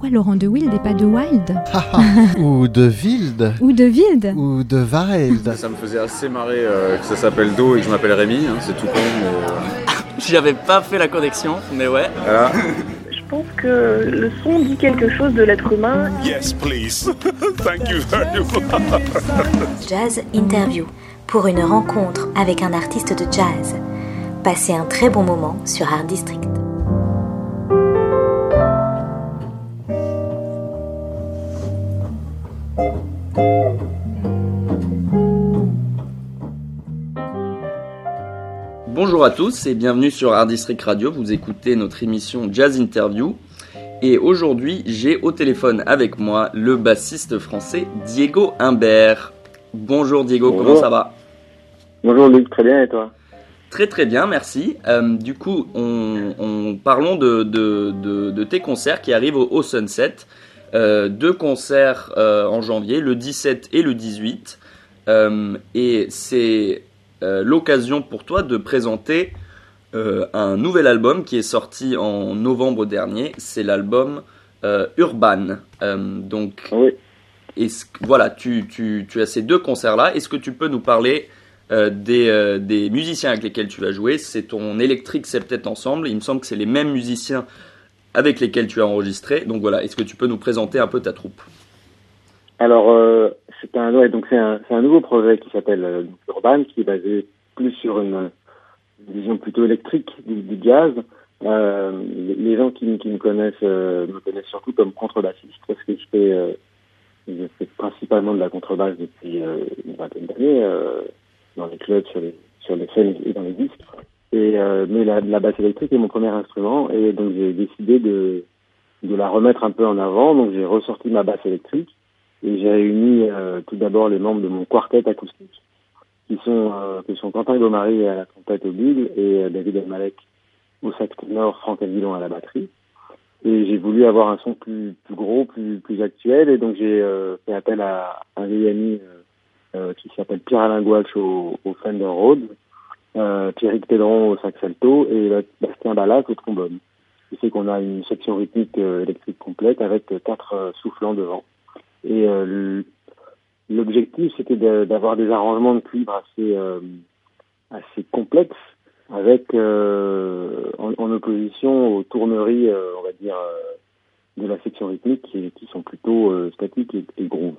pourquoi Laurent de Wild et pas de Wild? Ou de Wild. Ou de Wild. Ou de Wild. Ça me faisait assez marrer que ça s'appelle Do et que je m'appelle Rémi, c'est tout con, mais... J'avais pas fait la connexion, mais ouais. Voilà. Je pense que le son dit quelque chose de l'être humain. Yes, please. Thank you very much. Jazz Interview, pour une rencontre avec un artiste de jazz. Passez un très bon moment sur Art District. Bonjour à tous et bienvenue sur Art District Radio, vous écoutez notre émission Jazz Interview. Et aujourd'hui, j'ai au téléphone avec moi le bassiste français Diego Humbert. Bonjour Diego, Bonjour. Comment ça va? Bonjour Luc, très bien et toi? Très très bien, merci. Du coup, parlons de tes concerts qui arrivent au Sunset. Deux concerts en janvier, le 17 et le 18. Et c'est l'occasion pour toi de présenter un nouvel album qui est sorti en novembre dernier. C'est l'album Urban. Oui. Voilà, tu as ces deux concerts-là. Est-ce que tu peux nous parler des musiciens avec lesquels tu vas jouer? C'est ton Electric Septet Ensemble. Il me semble que c'est les mêmes musiciens avec lesquels tu as enregistré. Donc voilà, est-ce que tu peux nous présenter un peu ta troupe? Alors, c'est un nouveau projet qui s'appelle Urban, qui est basé plus sur une vision plutôt électrique du jazz. Les gens qui me connaissent me connaissent surtout comme contrebassiste, parce que je fais principalement de la contrebasse depuis une vingtaine d'années, dans les clubs, sur les scènes et dans les disques. Mais la basse électrique est mon premier instrument, et donc j'ai décidé de la remettre un peu en avant. Donc j'ai ressorti ma basse électrique et j'ai réuni tout d'abord les membres de mon quartet acoustique, qui sont Quentin Gomari à la trompette au bugle et David Elmalek au sax ténor, Franck Aguilon à la batterie. Et j'ai voulu avoir un son plus gros, plus actuel, et donc j'ai fait appel à un vieil ami qui s'appelle Pierre-Alain Gouache au Fender Rhodes, Pierrick Pédron au sax alto et Bastien Ballas au trombone. Ce qui fait qu'on a une section rythmique électrique complète avec 4 soufflants devant. Et l'objectif, c'était d'avoir des arrangements de cuivre assez complexes, avec en opposition aux tourneries, on va dire, de la section rythmique qui sont plutôt statiques et groove.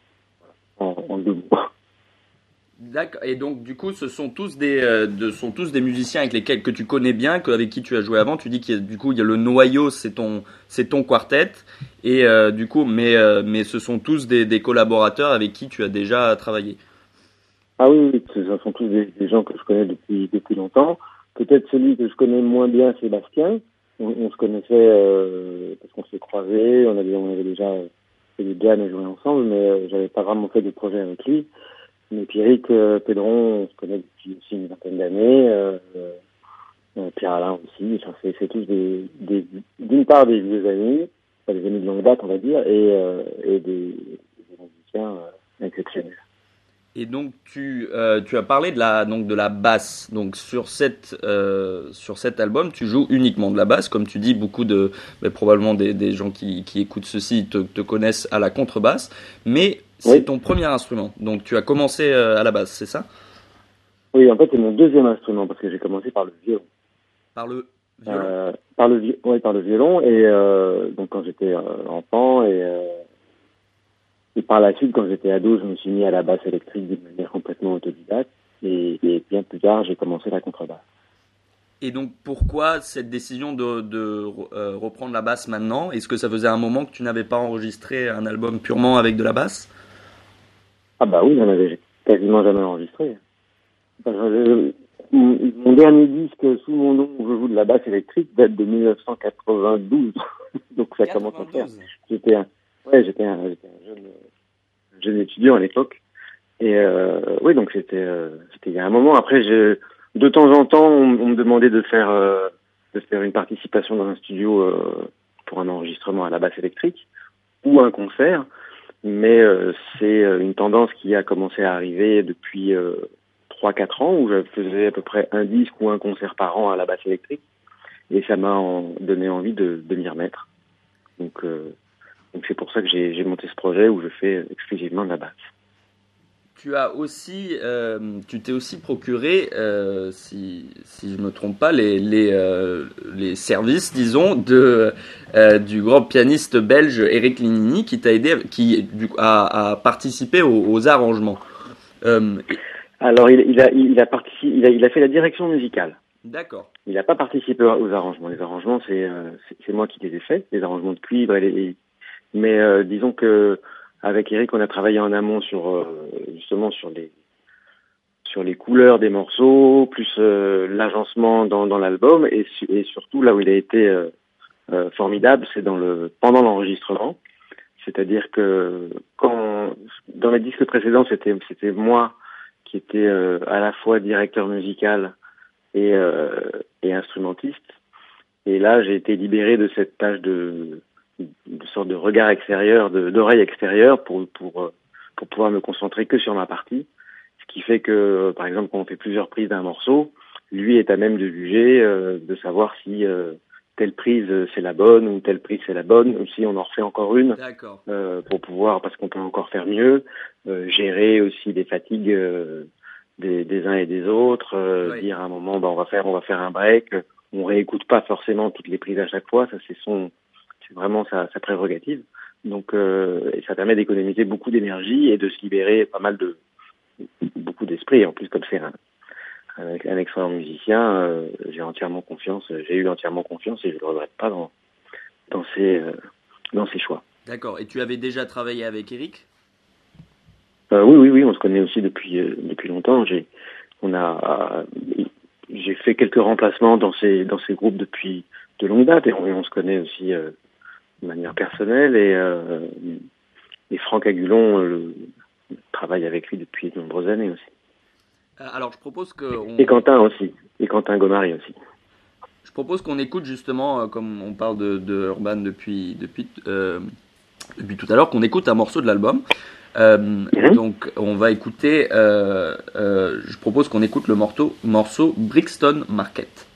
En deux mots. D'accord. Et donc du coup, ce sont tous des musiciens avec lesquels que tu connais bien, avec qui tu as joué avant. Tu dis qu'il y a le noyau, c'est ton quartet, et du coup, mais ce sont tous des collaborateurs avec qui tu as déjà travaillé. Ah oui, ce sont tous des gens que je connais depuis longtemps. Peut-être celui que je connais moins bien, c'est Bastien. On se connaissait parce qu'on s'est croisés, on avait déjà fait des jams et joué ensemble, mais j'avais pas vraiment fait de projet avec lui. Mais Pierrick Pédron, on se connaît depuis aussi une vingtaine d'années. Pierre-Alain aussi. Enfin, c'est tous d'une part des vieux amis, enfin, des amis de longue date, on va dire, et des musiciens exceptionnels. Et donc tu as parlé de la basse. Donc sur cet album, tu joues uniquement de la basse, comme tu dis. Beaucoup probablement des gens qui écoutent ceci te connaissent à la contrebasse, mais c'est ton premier instrument. Donc tu as commencé à la basse, c'est ça? Oui, en fait c'est mon deuxième instrument parce que j'ai commencé par le violon. Par le violon. Par le violon, et donc quand j'étais enfant et par la suite, quand j'étais ado, je me suis mis à la basse électrique de manière complètement autodidacte, et bien plus tard, j'ai commencé la contrebasse. Et donc, pourquoi cette décision de reprendre la basse maintenant? Est-ce que ça faisait un moment que tu n'avais pas enregistré un album purement avec de la basse? Ah bah oui, j'en avais quasiment jamais enregistré. Mon dernier disque sous mon nom, Je joue de la basse électrique, date de 1992. Donc ça commence à faire. J'étais un jeune étudiant à l'époque. Et oui, donc c'était il y a un moment. Après, de temps en temps, on me demandait de faire une participation dans un studio pour un enregistrement à la basse électrique ou un concert. Mais c'est une tendance qui a commencé à arriver depuis 3-4 ans, où je faisais à peu près un disque ou un concert par an à la basse électrique. Et ça m'a donné envie de m'y remettre. Donc Donc c'est pour ça que j'ai monté ce projet où je fais exclusivement de la basse. Tu as aussi, tu t'es aussi procuré, si je me trompe pas, les services, disons, du grand pianiste belge Eric Linini, qui t'a aidé, à participer aux arrangements. Alors il a fait la direction musicale. D'accord. Il n'a pas participé aux arrangements. Les arrangements, c'est moi qui les ai faits, les arrangements de cuivre. Mais disons que avec Eric, on a travaillé en amont justement sur les couleurs des morceaux, plus l'agencement dans l'album, et surtout là où il a été formidable, c'est pendant l'enregistrement. C'est-à-dire que dans les disques précédents, c'était moi qui étais à la fois directeur musical et instrumentiste. Et là, j'ai été libéré de cette tâche de sorte de regard extérieur, d'oreille extérieure pour pouvoir me concentrer que sur ma partie. Ce qui fait que, par exemple, quand on fait plusieurs prises d'un morceau, lui est à même de juger, de savoir si telle prise c'est la bonne ou telle prise c'est la bonne, ou si on en refait encore une. D'accord. Pour pouvoir, parce qu'on peut encore faire mieux, gérer aussi les fatigues des uns et des autres, Oui. dire à un moment on va faire un break. On réécoute pas forcément toutes les prises à chaque fois, ça c'est vraiment sa prérogative. Donc et ça permet d'économiser beaucoup d'énergie et de se libérer beaucoup d'esprit. En plus, comme c'est un excellent musicien, j'ai eu entièrement confiance et je le regrette pas dans ses choix. D'accord. Et tu avais déjà travaillé avec Eric ? Oui, on se connaît aussi depuis longtemps. J'ai fait quelques remplacements dans ces groupes depuis de longue date et on se connaît aussi de manière personnelle et Franck Agulon travaille avec lui depuis de nombreuses années aussi. Alors je propose que et Quentin aussi, et Quentin Gomari aussi. Je propose qu'on écoute justement, comme on parle de Urban depuis tout à l'heure, qu'on écoute un morceau de l'album. Donc on va écouter, je propose qu'on écoute le morceau Brixton Market.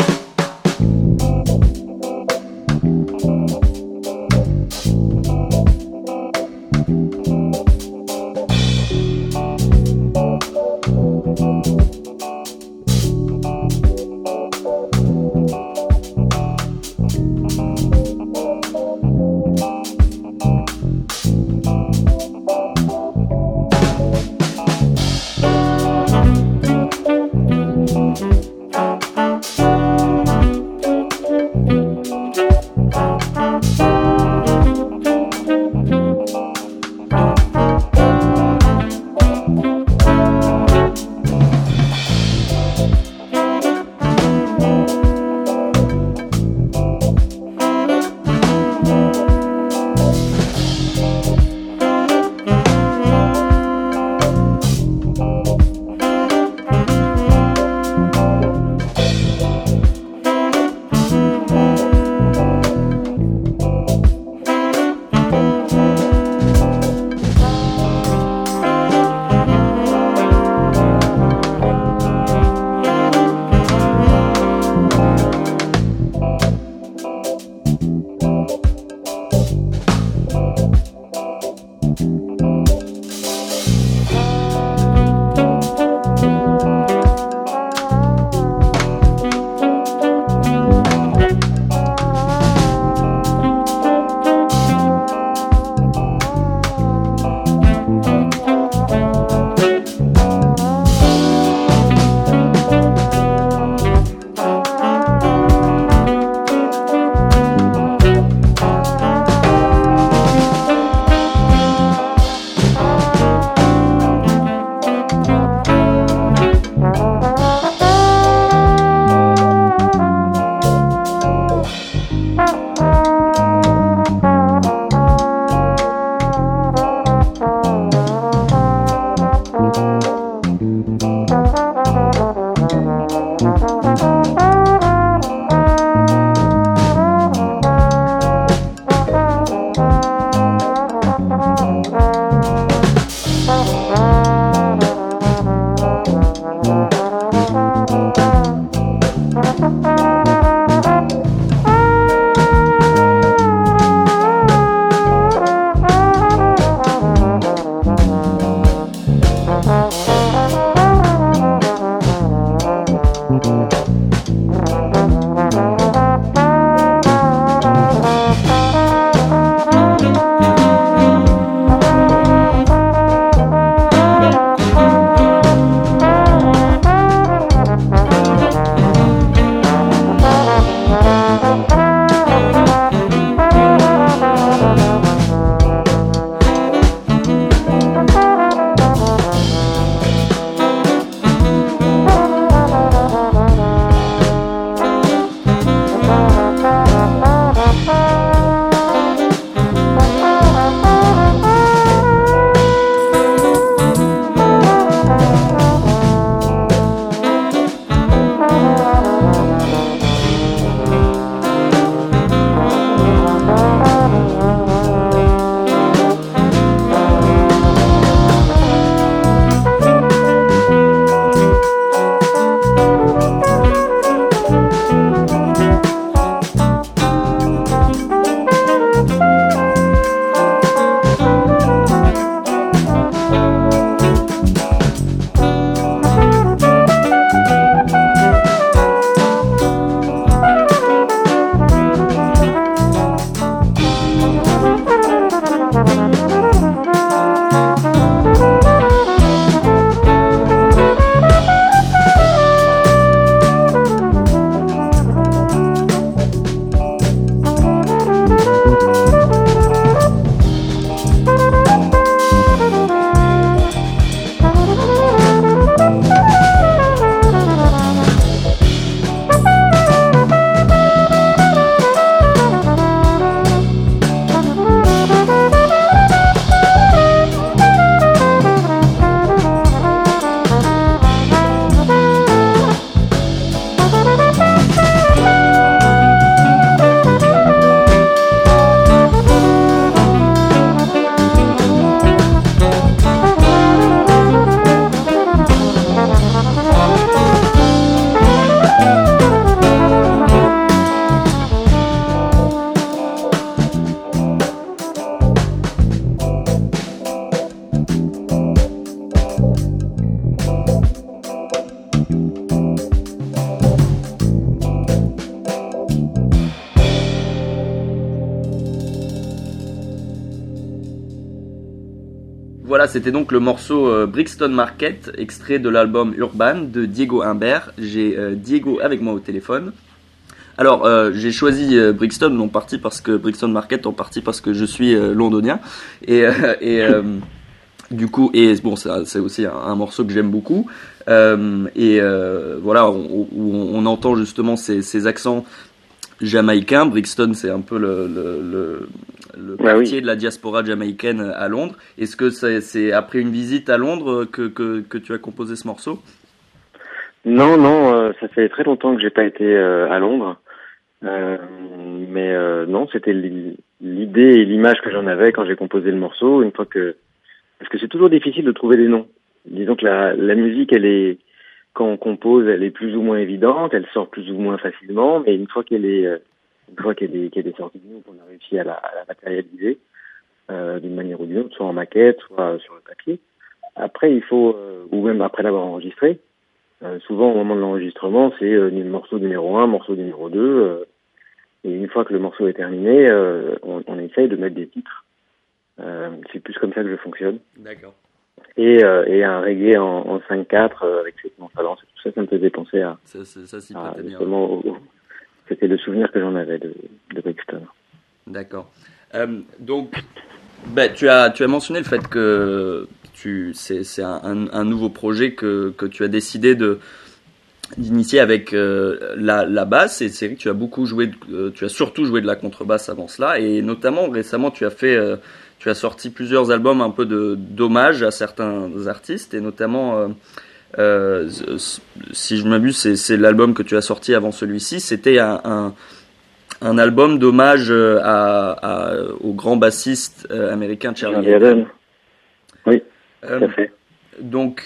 voilà, c'était donc le morceau Brixton Market, extrait de l'album Urban de Diego Imbert. J'ai Diego avec moi au téléphone. Alors, j'ai choisi Brixton en partie parce que Brixton Market en partie parce que je suis londonien et du coup bon, c'est aussi un morceau que j'aime beaucoup voilà où on entend justement ces accents jamaïcains. Brixton, c'est un peu le quartier de la diaspora jamaïcaine à Londres. Est-ce que c'est après une visite à Londres que tu as composé ce morceau? Non, ça fait très longtemps que j'ai pas été à Londres. Mais non, c'était l'idée et l'image que j'en avais quand j'ai composé le morceau. Parce que c'est toujours difficile de trouver des noms. Disons que la musique, quand on compose, elle est plus ou moins évidente, elle sort plus ou moins facilement, mais une fois qu'il y a des sorties de nous, qu'on a réussi à la matérialiser d'une manière ou d'une autre, soit en maquette, soit sur le papier. Après, il faut, ou même après l'avoir enregistré. Souvent, au moment de l'enregistrement, c'est morceau numéro 1, morceau numéro 2. Et une fois que le morceau est terminé, on essaye de mettre des titres. C'est plus comme ça que je fonctionne. D'accord. Et un reggae en 5/4 avec cette nonchalance, tout ça, ça me faisait penser à... Ça s'y prêtait bien. Justement, c'était le souvenir que j'en avais de Brixton. D'accord. Donc, tu as mentionné le fait que c'est un nouveau projet que tu as décidé d'initier avec la basse, et c'est vrai que tu as beaucoup joué, tu as surtout joué de la contrebasse avant cela, et notamment récemment tu as sorti plusieurs albums un peu d'hommage à certains artistes, et notamment si je m'abuse, c'est l'album que tu as sorti avant celui-ci, c'était un album d'hommage au grand bassiste américain Charlie Haden. Oui, tout à fait. Donc,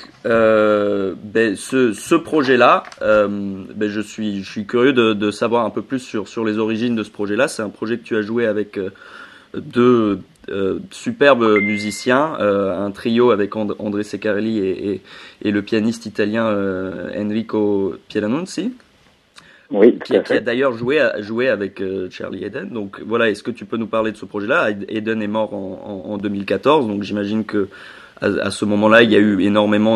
ce projet-là, je suis curieux de savoir un peu plus sur les origines de ce projet-là. C'est un projet que tu as joué avec deux superbes musiciens, un trio avec André Ceccarelli et le pianiste italien Enrico Pieranunzi. Oui, qui a d'ailleurs joué avec Charlie Haden. Donc voilà, est-ce que tu peux nous parler de ce projet-là? Haden est mort en 2014, donc j'imagine que à ce moment-là, il y a eu énormément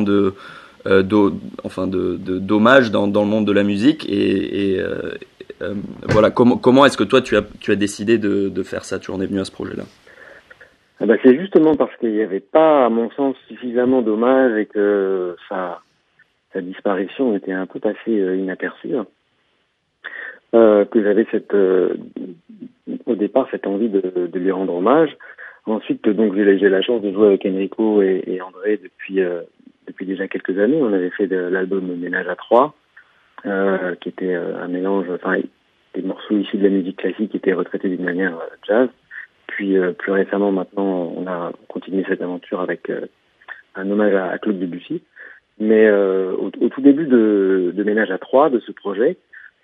d'hommages dans le monde de la musique, et voilà, comment est-ce que toi tu as décidé de faire ça? Tu en es venu à ce projet-là? C'est justement parce qu'il n'y avait pas, à mon sens, suffisamment d'hommages et que sa disparition était un peu passée inaperçue. Que j'avais au départ cette envie de lui rendre hommage. Ensuite, donc j'ai la chance de jouer avec Enrico et André depuis déjà quelques années. On avait fait l'album Ménage à 3, qui était un mélange, des morceaux issus de la musique classique qui étaient retraités d'une manière jazz. Puis plus récemment, maintenant, on a continué cette aventure avec un hommage à Claude Debussy. Mais au tout début de Ménage à 3, de ce projet,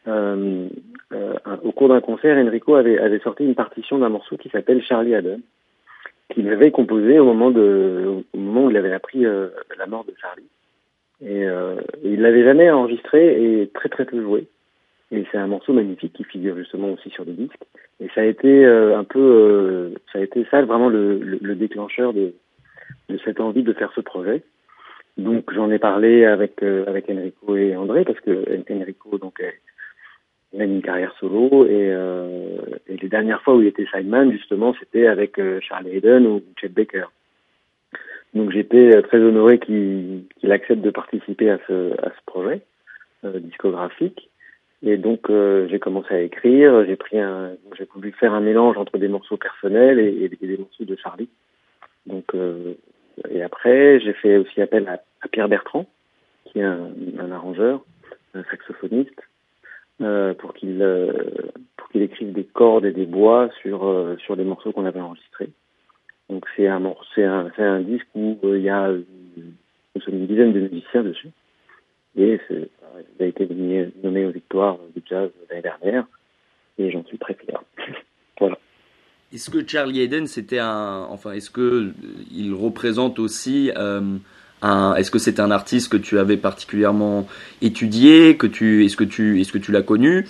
au cours d'un concert, Enrico avait sorti une partition d'un morceau qui s'appelle Charlie Haden, qu'il avait composé au moment où il avait appris la mort de Charlie. Et il l'avait jamais enregistré et très très peu joué. Et c'est un morceau magnifique qui figure justement aussi sur le disque. Et ça a été ça a été ça vraiment le déclencheur de cette envie de faire ce projet. Donc j'en ai parlé avec Enrico et André, parce que Enrico il a une carrière solo, et les dernières fois où il était sideman, justement, c'était avec Charlie Haden ou Chet Baker. Donc j'étais très honoré qu'il accepte de participer à ce projet discographique. Et donc j'ai commencé à écrire, j'ai voulu faire un mélange entre des morceaux personnels et des morceaux de Charlie. Donc et après j'ai fait aussi appel à Pierre Bertrand, qui est un arrangeur, un saxophoniste, pour qu'il écrive des cordes et des bois sur les morceaux qu'on avait enregistrés. Donc c'est un disque où il y a nous sommes une dizaine de musiciens dessus, et ça a été nommé aux victoires du jazz l'année dernière, et j'en suis très fier. Voilà. Est-ce que Charlie Haden est-ce que il représente aussi est-ce que c'est un artiste que tu avais particulièrement étudié, est-ce que tu l'as connu?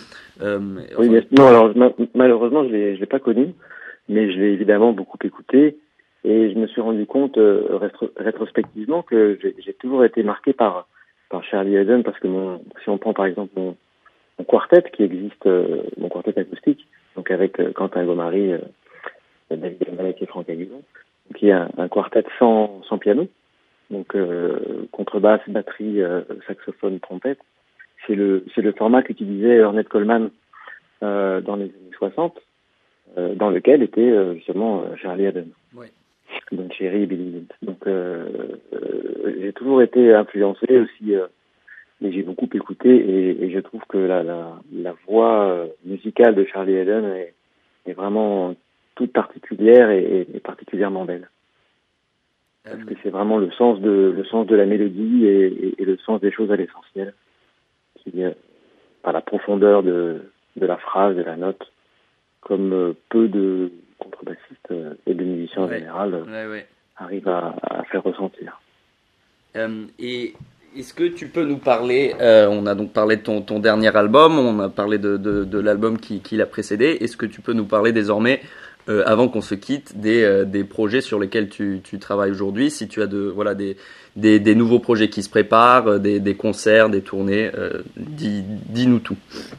Oui, non, alors malheureusement je l'ai pas connu, mais je l'ai évidemment beaucoup écouté, Et je me suis rendu compte rétrospectivement que j'ai toujours été marqué par Charlie Haden, parce que si on prend par exemple mon quartet qui existe, mon quartet acoustique, donc avec Quentin Gomary, David Malek et Franck Aguilon, qui est un quartet sans piano, donc contrebasse, batterie, saxophone, trompette. C'est le format qu'utilisait Ornette Coleman dans les années 60, dans lequel était justement Charlie Haden. Ouais. Don Cherry et Billy Wint. Donc j'ai toujours été influencé aussi, mais j'ai beaucoup écouté et je trouve que la voix musicale de Charlie Haden est vraiment toute particulière et particulièrement belle. Parce que c'est vraiment le sens de la mélodie et le sens des choses à l'essentiel, qui par la profondeur de la phrase, de la note, comme peu de contrebassistes et de musiciens en général arrivent à faire ressentir. Et est-ce que tu peux nous parler, on a donc parlé de ton dernier album, on a parlé de l'album qui l'a précédé, est-ce que tu peux nous parler désormais, avant qu'on se quitte, des projets sur lesquels tu travailles aujourd'hui, si tu as des nouveaux projets qui se préparent, des concerts, des tournées, dis-nous tout.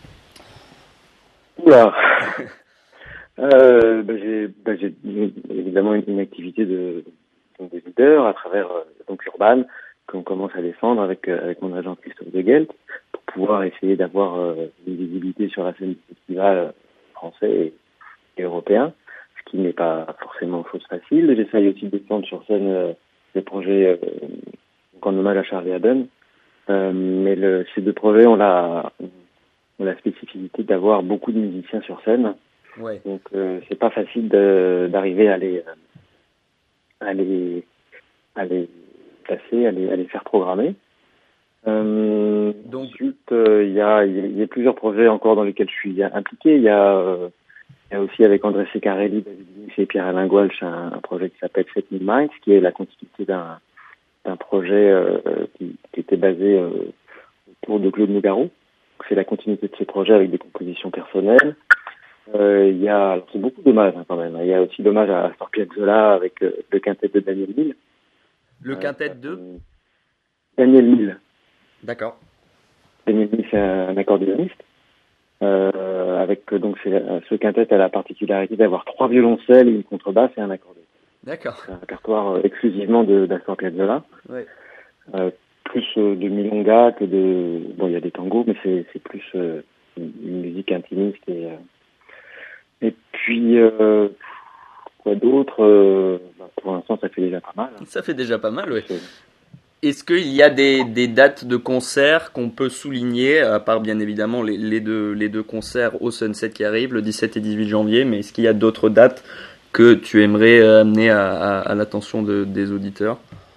Oula. J'ai évidemment une activité d'éditeur à travers donc Urban, qu'on commence à défendre avec mon agent Christophe de Gelt, pour pouvoir essayer d'avoir une visibilité sur la scène du festival français et européen, ce qui n'est pas forcément chose facile. J'essaye aussi de défendre sur scène des projets en hommage à Charlie Haden, mais ces deux projets ont la spécificité d'avoir beaucoup de musiciens sur scène. Ouais. Donc c'est pas facile d'arriver à les placer, à les faire programmer. Donc ensuite il y a plusieurs projets encore dans lesquels je suis impliqué. Il y a aussi avec André Ceccarelli, David Lynch et Pierre-Alain Goualch un projet qui s'appelle 7000 Minds, qui est la continuité d'un projet qui était basé autour de Claude Nougaro. C'est la continuité de ce projet avec des compositions personnelles. Alors c'est beaucoup d'hommages quand même. Il y a aussi l'hommage à Astor Piazzolla avec le quintet de Daniel Mille. Le quintet de Daniel Mille. D'accord. Daniel Mille, c'est un accordéoniste. Donc ce quintet a la particularité d'avoir 3 violoncelles, une contrebasse et un accordéon. D'accord. C'est un répertoire exclusivement d'Astor Piazzolla. Ouais. Plus de milonga que il y a des tangos, mais c'est plus une musique intimiste et puis quoi d'autre, pour l'instant ça fait déjà pas mal. Ça fait déjà pas mal, oui. Est-ce qu'il y a des dates de concerts qu'on peut souligner, à part bien évidemment les deux concerts au Sunset qui arrivent le 17 et 18 janvier, mais est-ce qu'il y a d'autres dates que tu aimerais amener à l'attention des auditeurs?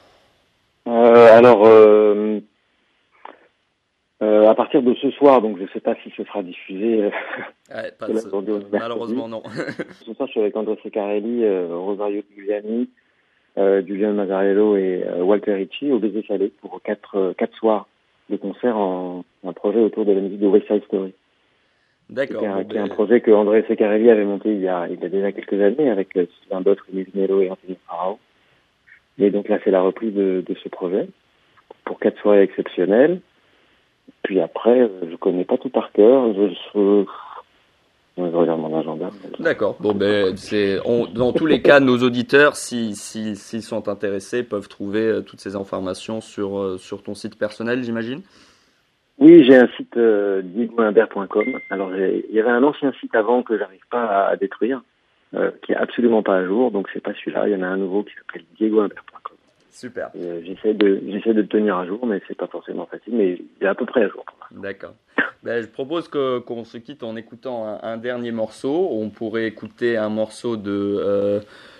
À partir de ce soir, donc je ne sais pas si ce sera diffusé. Malheureusement non. Ce soir, je suis avec André Ceccarelli, Rosario Giuliani, Giuliano Mazzariello et Walter Ricci au Baiser Salé pour quatre soirs de concert un projet autour de la musique de West Side Story. D'accord. Qui est un projet que André Ceccarelli avait monté il y a déjà quelques années avec Sylvain Bott, Rémi Vinello et Anthony Farao. Et donc là, c'est la reprise de ce projet pour 4 soirées exceptionnelles. Puis après, je connais pas tout par cœur. Je regarde mon agenda. D'accord. Bon, dans tous les cas, nos auditeurs, s'ils sont intéressés, peuvent trouver toutes ces informations sur ton site personnel, j'imagine. Oui, j'ai un site diegoimbert.com. Alors, il y avait un ancien site avant que j'arrive pas à détruire, qui est absolument pas à jour. Donc, c'est pas celui-là. Il y en a un nouveau qui s'appelle diegoimbert.com. Super. J'essaie de le tenir à jour, mais c'est pas forcément facile, mais il est à peu près à jour. D'accord. Je propose qu'on se quitte en écoutant un dernier morceau. On pourrait écouter un morceau on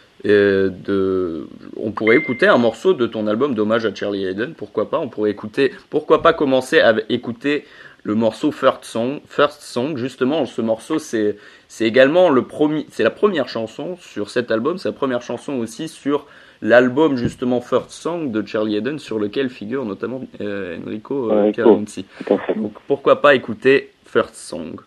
pourrait écouter un morceau de ton album d'hommage à Charlie Haden. Pourquoi pas? Pourquoi pas commencer à écouter le morceau First Song. Justement, ce morceau, c'est également c'est la première chanson sur cet album. C'est la première chanson aussi sur l'album justement First Song de Charlie Haden, sur lequel figure notamment Enrico Pieranunzi. Donc pourquoi pas écouter First Song.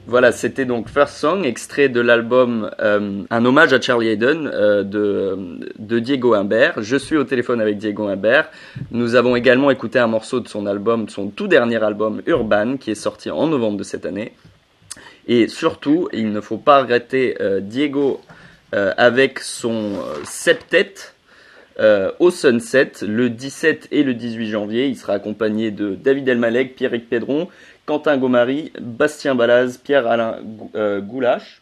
Voilà, c'était donc First Song, extrait de l'album un hommage à Charlie Haydn de Diego Imbert. Je suis au téléphone avec Diego Imbert. Nous avons également écouté un morceau de son album, de son tout dernier album Urban, qui est sorti en novembre de cette année. Et surtout, il ne faut pas regretter Diego avec son septet au Sunset le 17 et le 18 janvier. Il sera accompagné de David Elmaleh, Pierrick Pedron, Quentin Gaumary, Bastien Balaz, Pierre-Alain Gouache,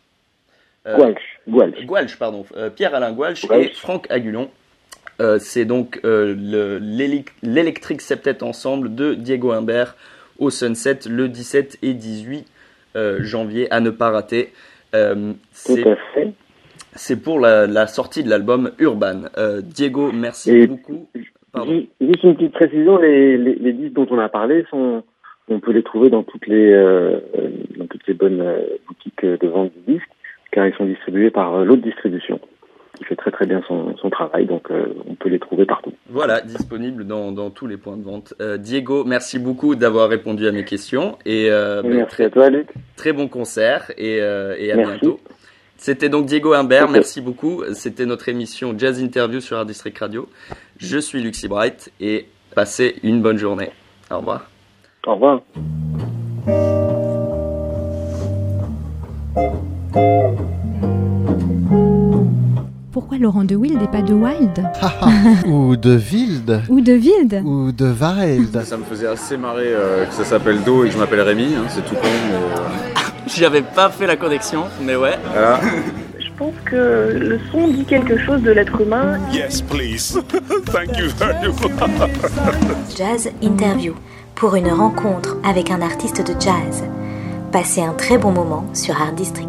Pierre-Alain Gouache et Franck Agulon. C'est donc l'électrique septet ensemble de Diego Imbert au Sunset le 17 et 18 janvier, à ne pas rater. Tout à fait. C'est pour la sortie de l'album Urban. Diego, merci beaucoup. Pardon. Juste une petite précision, les disques dont on a parlé on peut les trouver dans toutes les bonnes boutiques de vente de disques, car ils sont distribués par l'autre distribution, qui fait très très bien son travail, donc on peut les trouver partout. Voilà, disponible dans tous les points de vente. Diego, merci beaucoup d'avoir répondu à mes questions. Et, merci à toi, Luc. Très bon concert et à bientôt. C'était donc Diego Imbert, merci beaucoup. C'était notre émission Jazz Interview sur Art District Radio. Je suis Luxy Bright et passez une bonne journée. Au revoir. Au revoir. Pourquoi Laurent de Wild et pas de Wild? Ou de Wild. Ou de Wild? Ou de Wild. Ça me faisait assez marrer que ça s'appelle Do et que je m'appelle Rémi, c'est tout con, mais... J'avais pas fait la connexion, mais ouais. Voilà. Je pense que le son dit quelque chose de l'être humain. Yes, please. Thank you very much. Jazz Interview, pour une rencontre avec un artiste de jazz. Passez un très bon moment sur Art District.